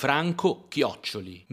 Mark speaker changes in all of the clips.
Speaker 1: Franco Chioccioli,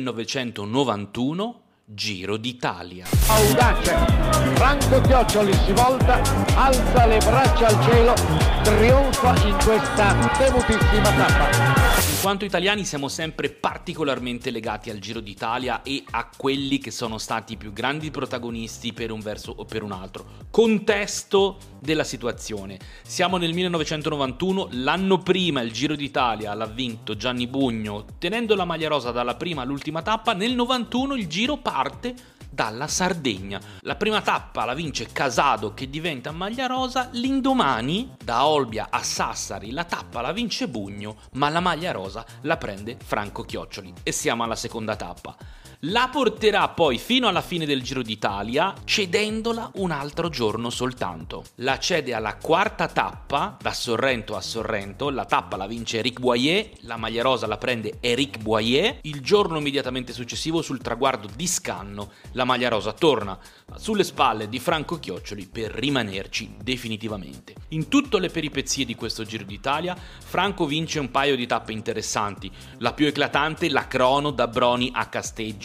Speaker 1: 1991, Giro d'Italia.
Speaker 2: Audace, Franco Chioccioli si volta, alza le braccia al cielo, trionfa in questa temutissima tappa.
Speaker 1: In quanto italiani siamo sempre particolarmente legati al Giro d'Italia e a quelli che sono stati i più grandi protagonisti per un verso o per un altro. Contesto della situazione. Siamo nel 1991, l'anno prima il Giro d'Italia l'ha vinto Gianni Bugno tenendo la maglia rosa dalla prima all'ultima tappa. Nel 91 il Giro parte dalla Sardegna. La prima tappa la vince Casado che diventa maglia rosa, l'indomani da Olbia a Sassari la tappa la vince Bugno, ma la maglia rosa la prende Franco Chioccioli e siamo alla seconda tappa. La porterà poi fino alla fine del Giro d'Italia, cedendola un altro giorno soltanto. La cede alla quarta tappa, da Sorrento a Sorrento, la tappa la vince Eric Boyer, la maglia rosa la prende Eric Boyer. Il giorno immediatamente successivo, sul traguardo di Scanno, la maglia rosa torna sulle spalle di Franco Chioccioli per rimanerci definitivamente. In tutte le peripezie di questo Giro d'Italia, Franco vince un paio di tappe interessanti. La più eclatante, la crono da Broni a Casteggio.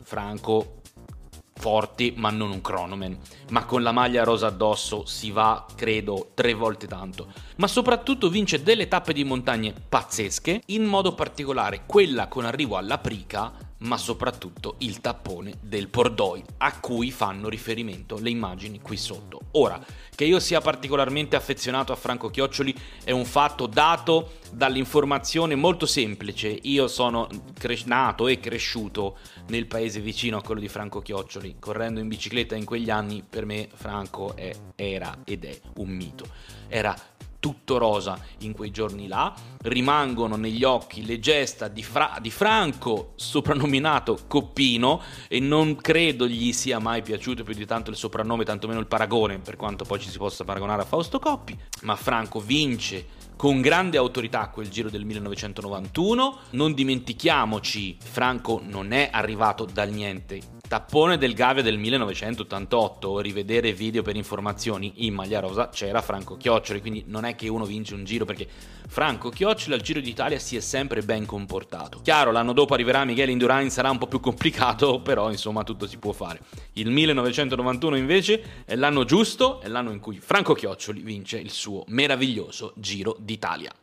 Speaker 1: Franco forte ma non un cronoman, ma con la maglia rosa addosso si va credo 3 volte tanto, ma soprattutto vince delle tappe di montagne pazzesche, in modo particolare quella con arrivo alla Prica, ma soprattutto il tappone del Pordoi a cui fanno riferimento le immagini qui sotto. Ora, che io sia particolarmente affezionato a Franco Chioccioli è un fatto dato dall'informazione molto semplice. Io sono nato e cresciuto nel paese vicino a quello di Franco Chioccioli, correndo in bicicletta in quegli anni. Per me Franco era ed è un mito. Era tutto rosa in quei giorni là, rimangono negli occhi le gesta di Franco, soprannominato Coppino, e non credo gli sia mai piaciuto più di tanto il soprannome, tantomeno il paragone, per quanto poi ci si possa paragonare a Fausto Coppi. Ma Franco vince con grande autorità quel Giro del 1991. Non dimentichiamoci, Franco non è arrivato dal niente. Tappone del Gavia del 1988, rivedere video per informazioni, in maglia rosa c'era Franco Chioccioli, quindi non è che uno vince un giro perché Franco Chioccioli al Giro d'Italia si è sempre ben comportato. Chiaro, l'anno dopo arriverà Miguel Indurain, sarà un po' più complicato, però insomma tutto si può fare. Il 1991 invece è l'anno giusto, è l'anno in cui Franco Chioccioli vince il suo meraviglioso Giro d'Italia.